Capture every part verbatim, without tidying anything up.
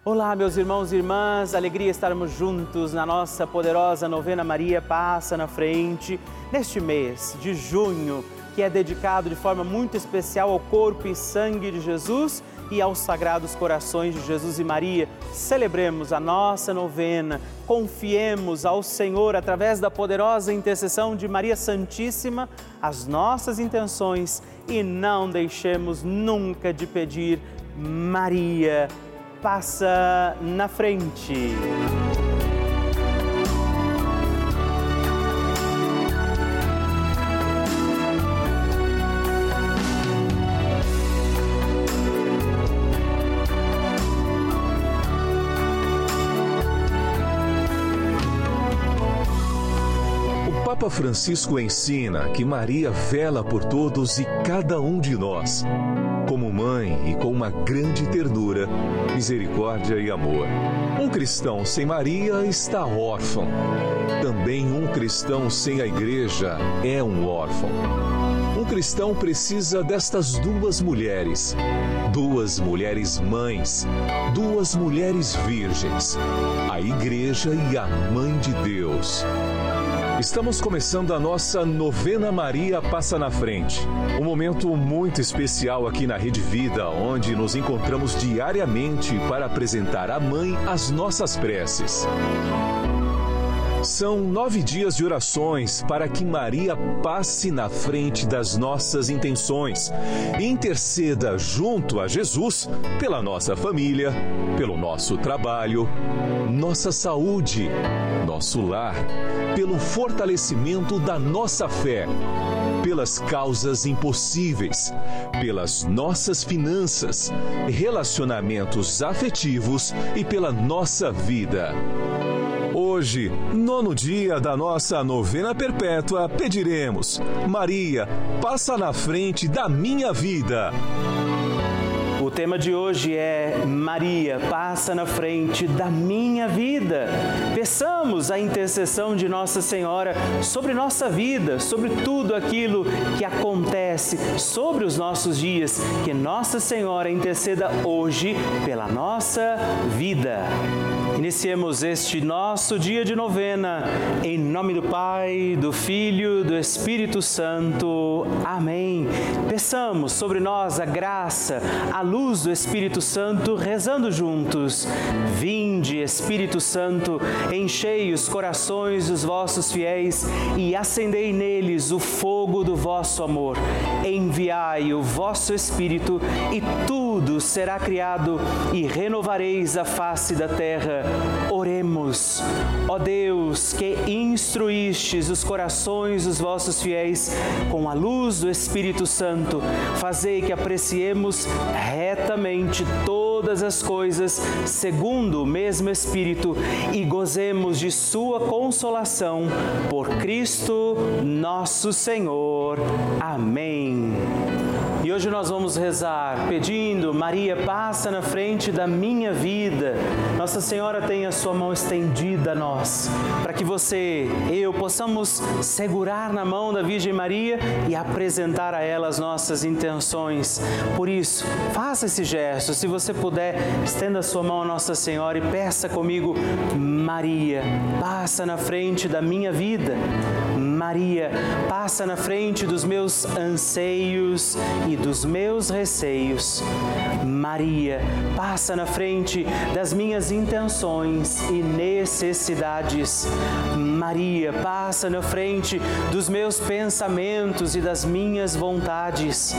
Olá, meus irmãos e irmãs, alegria estarmos juntos na nossa poderosa novena Maria Passa na Frente, neste mês de junho, que é dedicado de forma muito especial ao corpo e sangue de Jesus e aos sagrados corações de Jesus e Maria. Celebremos a nossa novena, confiemos ao Senhor, através da poderosa intercessão de Maria Santíssima, as nossas intenções e não deixemos nunca de pedir: Maria, passa na frente. O Papa Francisco ensina que Maria vela por todos e cada um de nós, como mãe e com uma grande ternura, misericórdia e amor. Um cristão sem Maria está órfão. Também um cristão sem a igreja é um órfão. Um cristão precisa destas duas mulheres, duas mulheres mães, duas mulheres virgens, a igreja e a mãe de Deus. Estamos começando a nossa novena Maria Passa na Frente. Um momento muito especial aqui na Rede Vida, onde nos encontramos diariamente para apresentar à Mãe as nossas preces. São nove dias de orações para que Maria passe na frente das nossas intenções e interceda junto a Jesus pela nossa família, pelo nosso trabalho, nossa saúde, nosso lar, pelo fortalecimento da nossa fé, pelas causas impossíveis, pelas nossas finanças, relacionamentos afetivos e pela nossa vida. Hoje, nono dia da nossa novena perpétua, pediremos: Maria, passa na frente da minha vida. O tema de hoje é Maria, passa na frente da minha vida. Peçamos a intercessão de Nossa Senhora sobre nossa vida, sobre tudo aquilo que acontece, sobre os nossos dias. Que Nossa Senhora interceda hoje pela nossa vida. Iniciemos este nosso dia de novena, em nome do Pai, do Filho, do Espírito Santo. Amém. Peçamos sobre nós a graça, a luz do Espírito Santo, rezando juntos. Vinde, Espírito Santo, enchei os corações dos vossos fiéis e acendei neles o fogo do vosso amor. Enviai o vosso Espírito e tudo será criado e renovareis a face da terra. Oremos. Ó Deus, que instruístes os corações dos vossos fiéis com a luz do Espírito Santo, fazei que apreciemos retamente todas as coisas segundo o mesmo Espírito e gozemos de sua consolação por Cristo nosso Senhor. Amém. E hoje nós vamos rezar pedindo: Maria, passa na frente da minha vida. Nossa Senhora tem a sua mão estendida a nós, para que você, eu, possamos segurar na mão da Virgem Maria e apresentar a ela as nossas intenções. Por isso, faça esse gesto. Se você puder, estenda a sua mão a Nossa Senhora e peça comigo: Maria, passa na frente da minha vida. Maria, passa na frente dos meus anseios e dos meus receios. Maria, passa na frente das minhas intenções e necessidades. Maria, passa na frente dos meus pensamentos e das minhas vontades.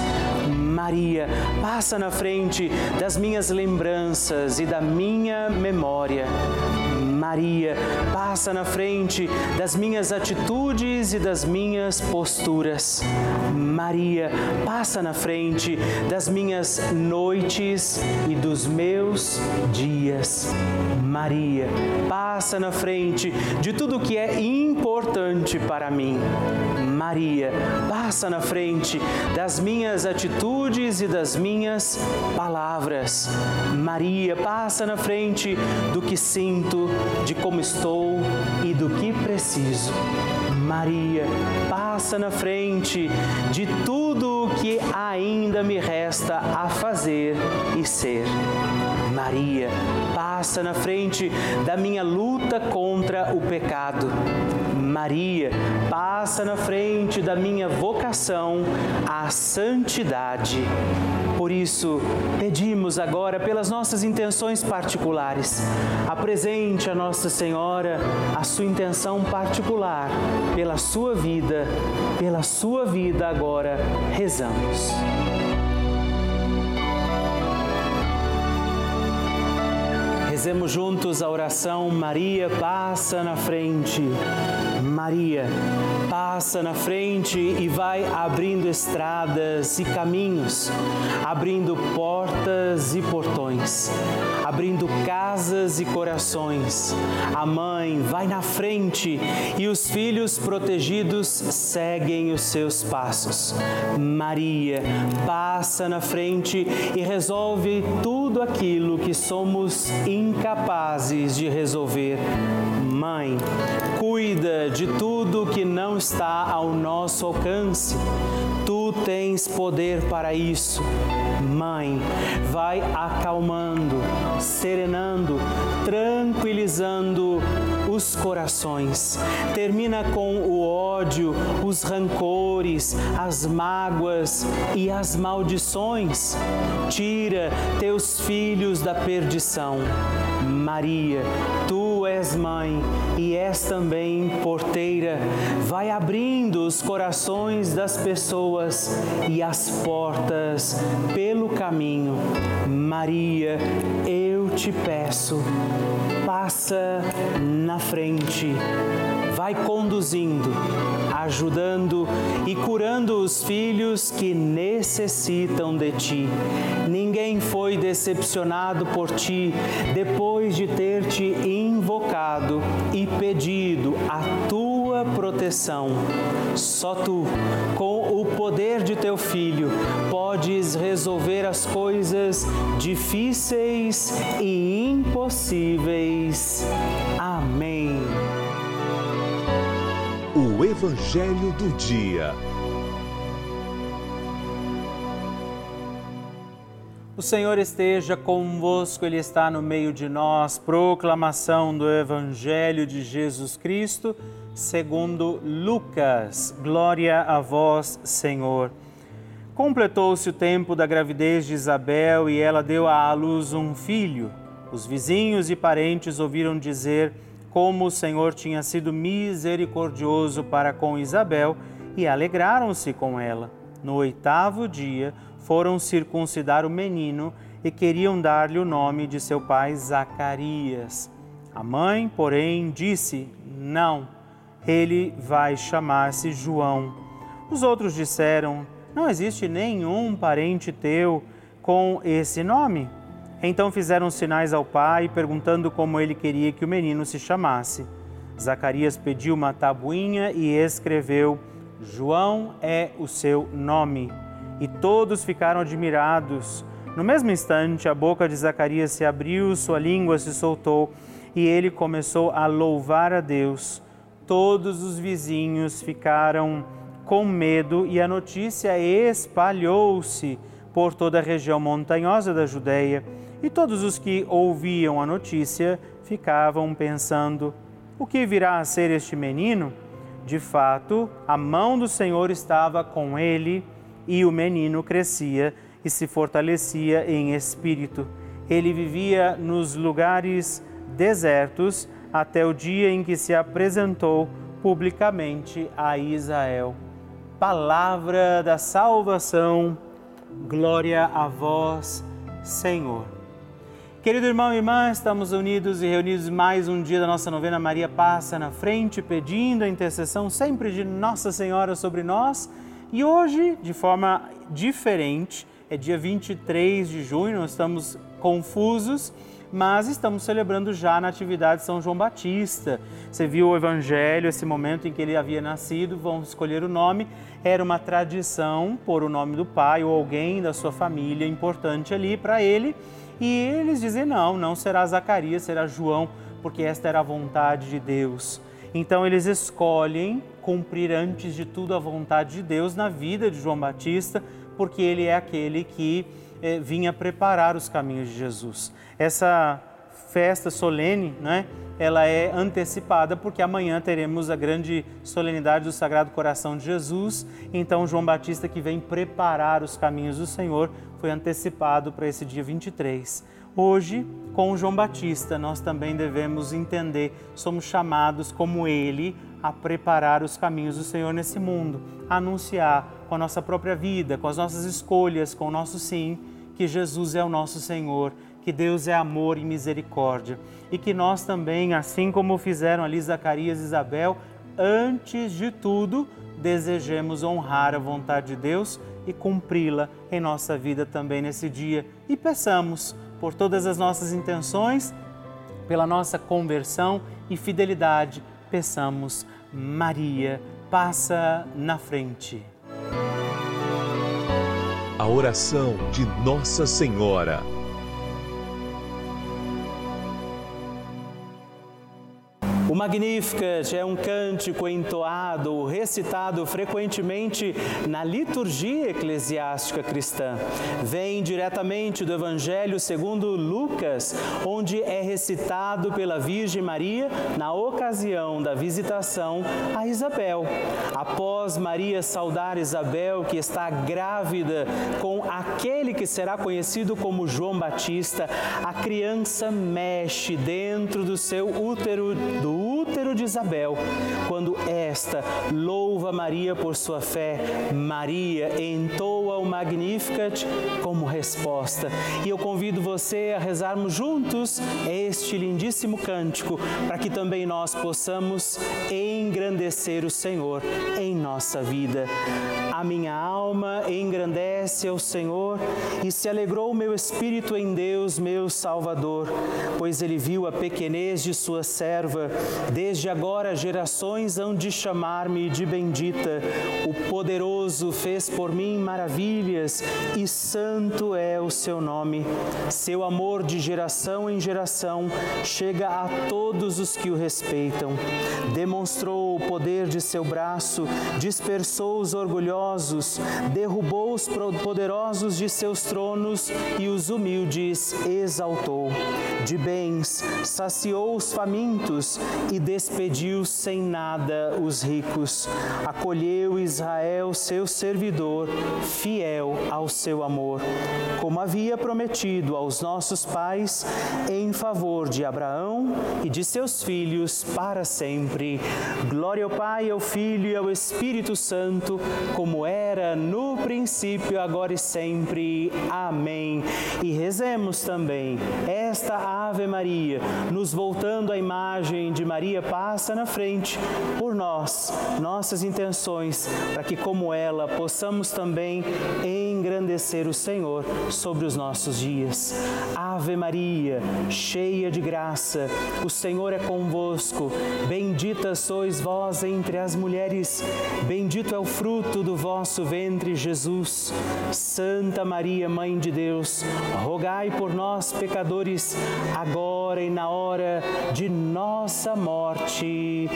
Maria, passa na frente das minhas lembranças e da minha memória. Maria, passa na frente das minhas atitudes e das minhas posturas. Maria, passa na frente das minhas noites e dos meus dias. Maria, passa na frente de tudo que é importante para mim. Maria, passa na frente das minhas atitudes e das minhas palavras. Maria, passa na frente do que sinto, de como estou e do que preciso. Maria, passa na frente de tudo o que ainda me resta a fazer e ser. Maria, passa na frente da minha luta contra o pecado. Maria, passa na frente da minha vocação à santidade. Por isso, pedimos agora pelas nossas intenções particulares. Apresente a Nossa Senhora a sua intenção particular pela sua vida, pela sua vida agora rezamos. Rezemos juntos a oração Maria passa na frente. Maria passa na frente e vai abrindo estradas e caminhos, abrindo portas e portões, abrindo casas e corações. A mãe vai na frente e os filhos protegidos seguem os seus passos. Maria passa na frente e resolve tudo aquilo que somos incapazes de resolver. Mãe, cuida de tudo que não está ao nosso alcance. Tu tens poder para isso. Mãe, vai acalmando, serenando, tranquilizando os corações. Termina com o ódio, os rancores, as mágoas e as maldições. Tira teus filhos da perdição. Maria, tu és mãe e és também porteira. Vai abrindo os corações das pessoas e as portas pelo caminho. Maria, eu te peço, passa na frente, vai conduzindo, ajudando e curando os filhos que necessitam de ti. Ninguém foi decepcionado por ti depois de ter te invocado e pedido a tua proteção. Só tu, com o poder de teu Filho, podes resolver as coisas difíceis e impossíveis. Amém. O Evangelho do Dia. O Senhor esteja convosco, Ele está no meio de nós. Proclamação do Evangelho de Jesus Cristo, segundo Lucas. Glória a vós, Senhor. Completou-se o tempo da gravidez de Isabel e ela deu à luz um filho. Os vizinhos e parentes ouviram dizer como o Senhor tinha sido misericordioso para com Isabel e alegraram-se com ela. No oitavo dia, foram circuncidar o menino e queriam dar-lhe o nome de seu pai Zacarias. A mãe, porém, disse: não, ele vai chamar-se João. Os outros disseram: não existe nenhum parente teu com esse nome. Então fizeram sinais ao pai, perguntando como ele queria que o menino se chamasse. Zacarias pediu uma tabuinha e escreveu: João é o seu nome. E todos ficaram admirados. No mesmo instante, a boca de Zacarias se abriu, sua língua se soltou e ele começou a louvar a Deus. Todos os vizinhos ficaram com medo e a notícia espalhou-se por toda a região montanhosa da Judeia. E todos os que ouviam a notícia ficavam pensando: o que virá a ser este menino? De fato, a mão do Senhor estava com ele e o menino crescia e se fortalecia em espírito. Ele vivia nos lugares desertos até o dia em que se apresentou publicamente a Israel. Palavra da salvação, glória a vós, Senhor. Querido irmão e irmã, estamos unidos e reunidos mais um dia da nossa novena Maria Passa na Frente, pedindo a intercessão sempre de Nossa Senhora sobre nós. E hoje, de forma diferente, é dia vinte e três de junho, nós estamos confusos, mas estamos celebrando já a Natividade de São João Batista. Você viu o Evangelho, esse momento em que ele havia nascido, vamos escolher o nome. Era uma tradição pôr o nome do pai ou alguém da sua família importante ali para ele. E eles dizem: não, não será Zacarias, será João, porque esta era a vontade de Deus. Então eles escolhem cumprir antes de tudo a vontade de Deus na vida de João Batista, porque ele é aquele que eh, vinha preparar os caminhos de Jesus. Essa festa solene, né, ela é antecipada porque amanhã teremos a grande solenidade do Sagrado Coração de Jesus. Então, João Batista, que vem preparar os caminhos do Senhor, foi antecipado para esse dia vinte e três. Hoje, com João Batista, nós também devemos entender, somos chamados como ele a preparar os caminhos do Senhor nesse mundo, a anunciar com a nossa própria vida, com as nossas escolhas, com o nosso sim, que Jesus é o nosso Senhor, que Deus é amor e misericórdia e que nós também, assim como fizeram ali Zacarias e Isabel, antes de tudo, desejemos honrar a vontade de Deus e cumpri-la em nossa vida também nesse dia. E peçamos por todas as nossas intenções, pela nossa conversão e fidelidade, peçamos: Maria, passa na frente. A oração de Nossa Senhora. O Magnificat é um cântico entoado, recitado frequentemente na liturgia eclesiástica cristã. Vem diretamente do Evangelho segundo Lucas, onde é recitado pela Virgem Maria na ocasião da visitação a Isabel. Após Maria saudar Isabel, que está grávida com aquele que será conhecido como João Batista, a criança mexe dentro do seu útero, do útero de Isabel. Quando esta louva Maria por sua fé, Maria entoa o Magnificat como resposta. E eu convido você a rezarmos juntos este lindíssimo cântico, para que também nós possamos engrandecer o Senhor em nossa vida. A minha alma engrandece ao Senhor e se alegrou o meu espírito em Deus, meu Salvador, pois ele viu a pequenez de sua serva. Desde agora gerações hão de chamar-me de bendita. O poderoso fez por mim maravilhas e santo é o seu nome. Seu amor de geração em geração chega a todos os que o respeitam. Demonstrou o poder de seu braço, dispersou os orgulhosos, derrubou os poderosos de seus tronos e os humildes exaltou. De bens saciou os famintos e despediu sem nada os ricos. Acolheu Israel, seu servidor, fiel ao seu amor, como havia prometido aos nossos pais, em favor de Abraão e de seus filhos para sempre. Glória ao Pai, ao Filho e ao Espírito Santo, como era no princípio, agora e sempre. Amém. E rezemos também esta Ave Maria, nos voltando à imagem de Maria passa na frente, por nós, nossas intenções, para que como ela possamos também engrandecer o Senhor sobre os nossos dias. Ave Maria, cheia de graça, o Senhor é convosco, bendita sois vós entre as mulheres, bendito é o fruto do vosso ventre, Jesus. Santa Maria, Mãe de Deus, rogai por nós, pecadores, agora e na hora de nossa morte.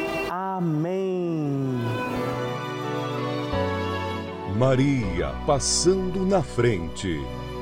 Amém. Maria passando na frente.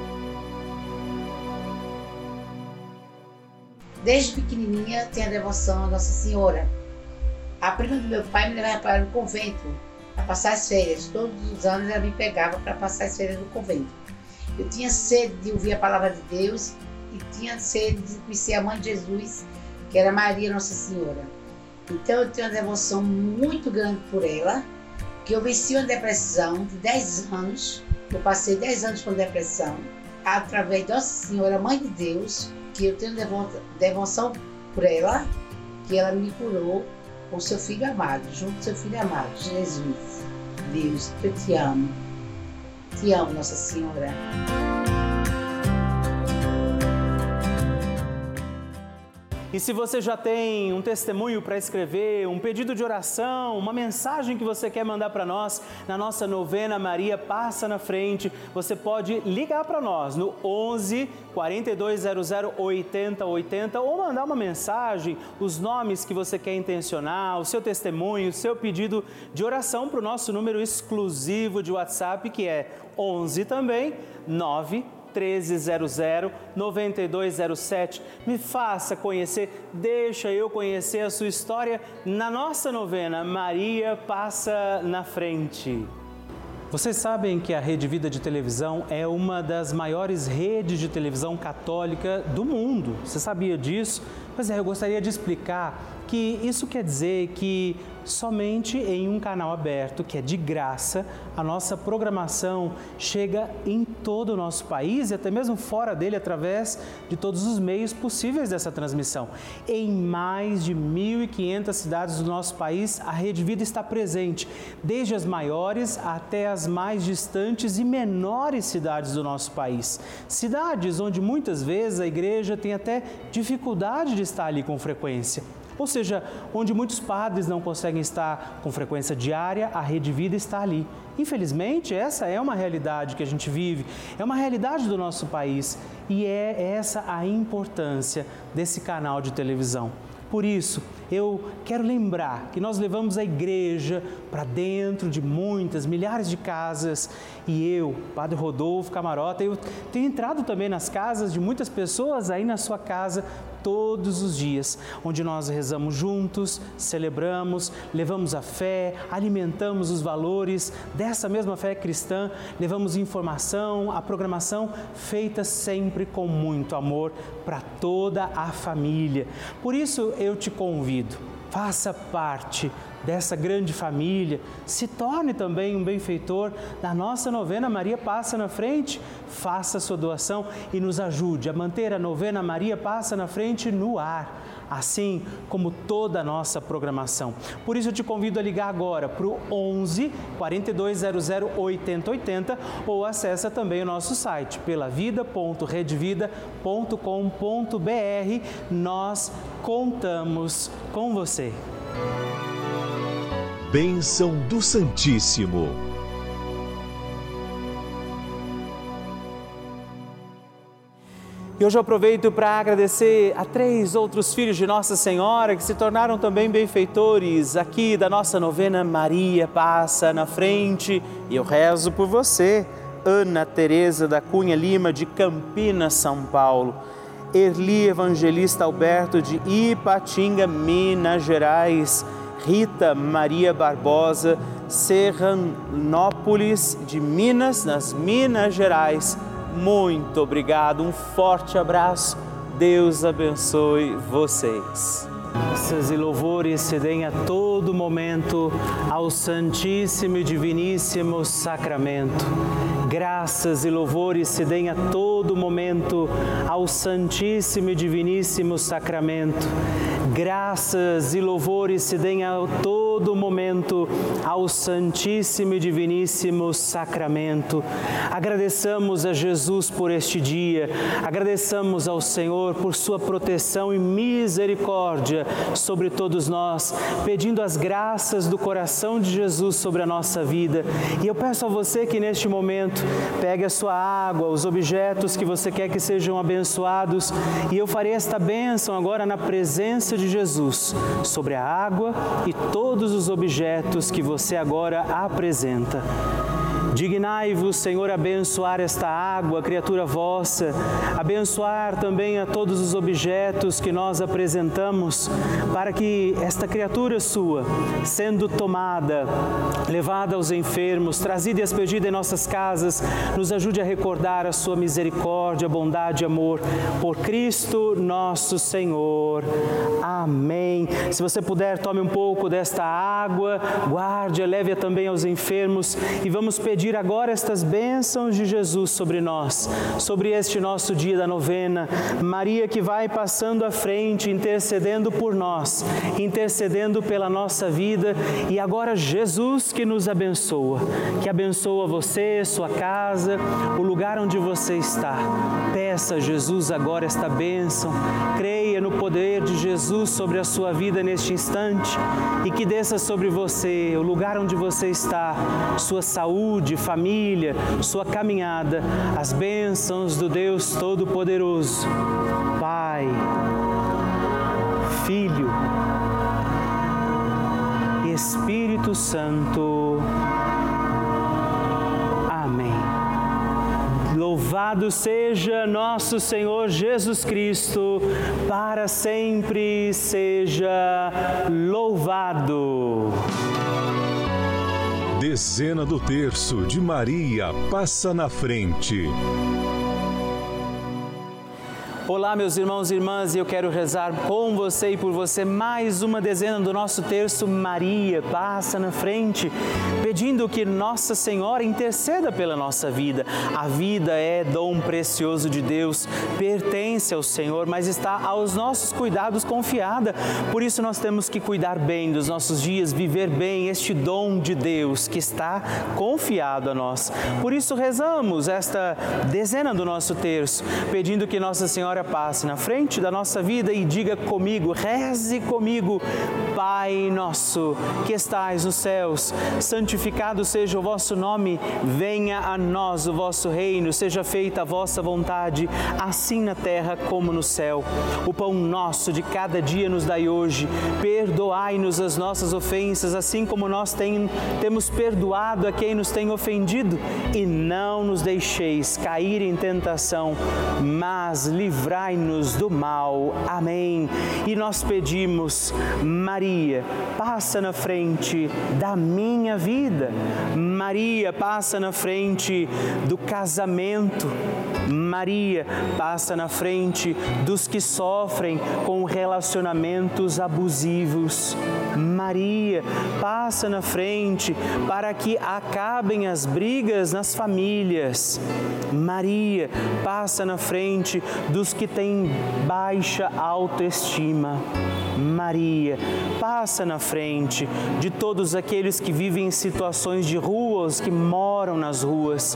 Desde pequenininha tenho a devoção a Nossa Senhora. A prima do meu pai me levava para o convento para passar as férias. Todos os anos ela me pegava para passar as férias no convento. Eu tinha sede de ouvir a palavra de Deus e tinha sede de conhecer a Mãe de Jesus, que era Maria Nossa Senhora. Então eu tenho uma devoção muito grande por ela, que eu venci uma depressão de dez anos. Eu passei dez anos com depressão, através de Nossa Senhora, Mãe de Deus, que eu tenho devoção por ela, que ela me curou com seu Filho amado, junto com seu Filho amado, Jesus. Deus, eu te amo. Te amo, Nossa Senhora. E se você já tem um testemunho para escrever, um pedido de oração, uma mensagem que você quer mandar para nós, na nossa novena Maria Passa na Frente, você pode ligar para nós no onze, quarenta e dois zero zero, oitenta oitenta ou mandar uma mensagem, os nomes que você quer intencionar, o seu testemunho, o seu pedido de oração para o nosso número exclusivo de WhatsApp, que é onze também, nove treze zero zero, nove dois zero sete. Me faça conhecer, deixa eu conhecer a sua história na nossa novena Maria Passa na Frente. Vocês sabem que a Rede Vida de Televisão é uma das maiores redes de televisão católica do mundo. Você sabia disso? Pois é, eu gostaria de explicar que isso quer dizer que somente em um canal aberto, que é de graça, a nossa programação chega em todo o nosso país e até mesmo fora dele através de todos os meios possíveis dessa transmissão. Em mais de mil e quinhentas cidades do nosso país, a Rede Vida está presente, desde as maiores até as mais distantes e menores cidades do nosso país. Cidades onde muitas vezes a igreja tem até dificuldade de estar ali com frequência. Ou seja, onde muitos padres não conseguem estar com frequência diária, a Rede Vida está ali. Infelizmente, essa é uma realidade que a gente vive, é uma realidade do nosso país e é essa a importância desse canal de televisão. Por isso, eu quero lembrar que nós levamos a igreja para dentro de muitas, milhares de casas e eu, Padre Rodolfo Camarota, eu tenho entrado também nas casas de muitas pessoas aí na sua casa todos os dias, onde nós rezamos juntos, celebramos, levamos a fé, alimentamos os valores dessa mesma fé cristã, levamos informação, a programação feita sempre com muito amor para toda a família. Por isso eu te convido, faça parte dessa grande família, se torne também um benfeitor da nossa novena Maria Passa na Frente, faça a sua doação e nos ajude a manter a novena Maria Passa na Frente no ar, assim como toda a nossa programação. Por isso eu te convido a ligar agora para o onze, quarenta e dois zero zero, oitenta oitenta ou acessa também o nosso site pelavida ponto redvida ponto com ponto br. Nós contamos com você. Bênção do Santíssimo. E hoje eu aproveito para agradecer a três outros filhos de Nossa Senhora que se tornaram também benfeitores aqui da nossa novena Maria Passa na Frente. E eu rezo por você, Ana Tereza da Cunha Lima, de Campinas, São Paulo. Erli Evangelista Alberto, de Ipatinga, Minas Gerais. Rita Maria Barbosa, Serranópolis, de Minas, nas Minas Gerais. Muito obrigado, um forte abraço, Deus abençoe vocês. Graças e louvores se deem a todo momento ao Santíssimo e Diviníssimo Sacramento. Graças e louvores se deem a todo momento ao Santíssimo e Diviníssimo Sacramento. Graças e louvores se deem a todo momento ao Santíssimo e Diviníssimo Sacramento. Agradeçamos a Jesus por este dia, agradeçamos ao Senhor por sua proteção e misericórdia sobre todos nós, pedindo as graças do coração de Jesus sobre a nossa vida. E eu peço a você que neste momento pegue a sua água, os objetos que você quer que sejam abençoados, e eu farei esta bênção agora na presença de Jesus sobre a água e todos os objetos que você agora apresenta. Dignai-vos, Senhor, abençoar esta água, criatura vossa, abençoar também a todos os objetos que nós apresentamos, para que esta criatura sua, sendo tomada, levada aos enfermos, trazida e expedida em nossas casas, nos ajude a recordar a sua misericórdia, bondade e amor, por Cristo nosso Senhor. Amém. Se você puder, tome um pouco desta água, guarde, leve-a também aos enfermos e vamos pedir Pedir agora estas bênçãos de Jesus sobre nós, sobre este nosso dia da novena. Maria que vai passando à frente, intercedendo por nós, intercedendo pela nossa vida, e agora Jesus que nos abençoa, que abençoa você, sua casa, o lugar onde você está. Peça a Jesus agora esta bênção, creia no poder de Jesus sobre a sua vida neste instante e que desça sobre você, o lugar onde você está, sua saúde, família, sua caminhada, as bênçãos do Deus Todo-Poderoso, Pai, Filho e Espírito Santo. Amém. Louvado Louvado seja nosso Senhor Jesus Cristo, para sempre seja louvado. Dezena do terço de Maria passa na frente. Olá, meus irmãos e irmãs, e eu quero rezar com você e por você mais uma dezena do nosso terço Maria passa na frente, pedindo que Nossa Senhora interceda pela nossa vida. A vida é dom precioso de Deus, pertence ao Senhor, mas está aos nossos cuidados confiada. Por isso nós temos que cuidar bem dos nossos dias, viver bem este dom de Deus que está confiado a nós. Por isso rezamos esta dezena do nosso terço, pedindo que Nossa Senhora passe na frente da nossa vida e diga comigo, reze comigo: Pai nosso que estais nos céus, santificado seja o vosso nome, venha a nós o vosso reino, seja feita a vossa vontade, assim na terra como no céu. O pão nosso de cada dia nos dai hoje, perdoai-nos as nossas ofensas, assim como nós tem, temos perdoado a quem nos tem ofendido, e não nos deixeis cair em tentação, mas livrai-nos do mal. Amém. E nós pedimos: Maria, passa na frente da minha vida. Maria, passa na frente do casamento. Maria, passa na frente dos que sofrem com relacionamentos abusivos. Maria, passa na frente para que acabem as brigas nas famílias. Maria, passa na frente dos que têm baixa autoestima. Maria, passa na frente de todos aqueles que vivem em situações de ruas, que moram nas ruas.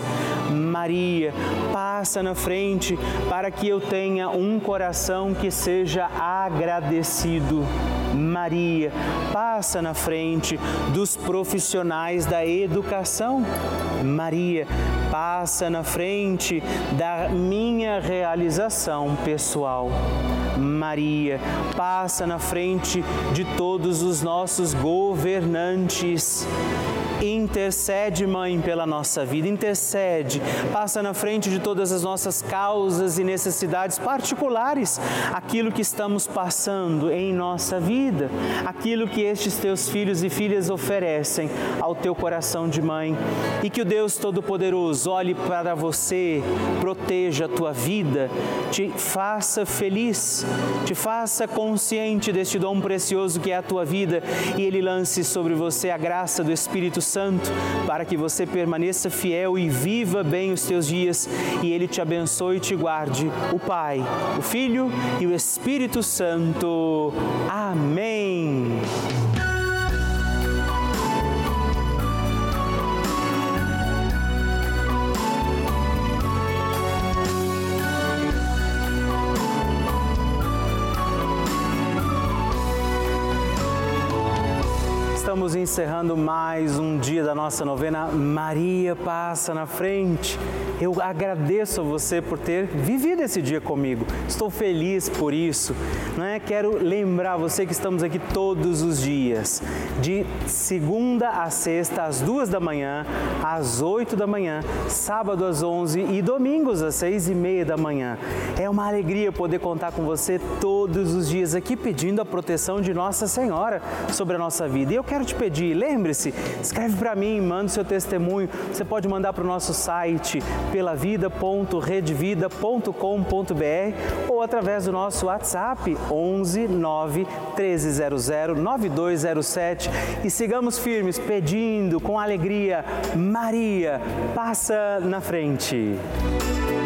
Maria, passa na frente para que eu tenha um coração que seja agradecido. Maria, passa na frente dos profissionais da educação. Maria, passa na frente da minha realização pessoal. Maria, passa na frente de todos os nossos governantes. Intercede, Mãe, pela nossa vida, intercede, passa na frente de todas as nossas causas e necessidades particulares, aquilo que estamos passando em nossa vida, aquilo que estes teus filhos e filhas oferecem ao teu coração de mãe. E que o Deus Todo-Poderoso olhe para você, proteja a tua vida, te faça feliz, te faça consciente deste dom precioso que é a tua vida, e Ele lance sobre você a graça do Espírito Santo, para que você permaneça fiel e viva bem os teus dias, e Ele te abençoe e te guarde, o Pai, o Filho e o Espírito Santo. Amém. Estamos encerrando mais um dia da nossa novena Maria Passa na Frente. Eu agradeço a você por ter vivido esse dia comigo. Estou feliz por isso, não é? Quero lembrar você que estamos aqui todos os dias, de segunda a sexta, às duas da manhã, às oito da manhã, sábado às onze e domingos às seis e meia da manhã. É uma alegria poder contar com você todos os dias aqui, pedindo a proteção de Nossa Senhora sobre a nossa vida. E eu quero te pedir, lembre-se, escreve para mim, manda o seu testemunho. Você pode mandar para o nosso site pelavida ponto redevida ponto com ponto br ou através do nosso WhatsApp onze nove treze zero zero nove dois zero sete, e sigamos firmes pedindo com alegria: Maria, passa na frente.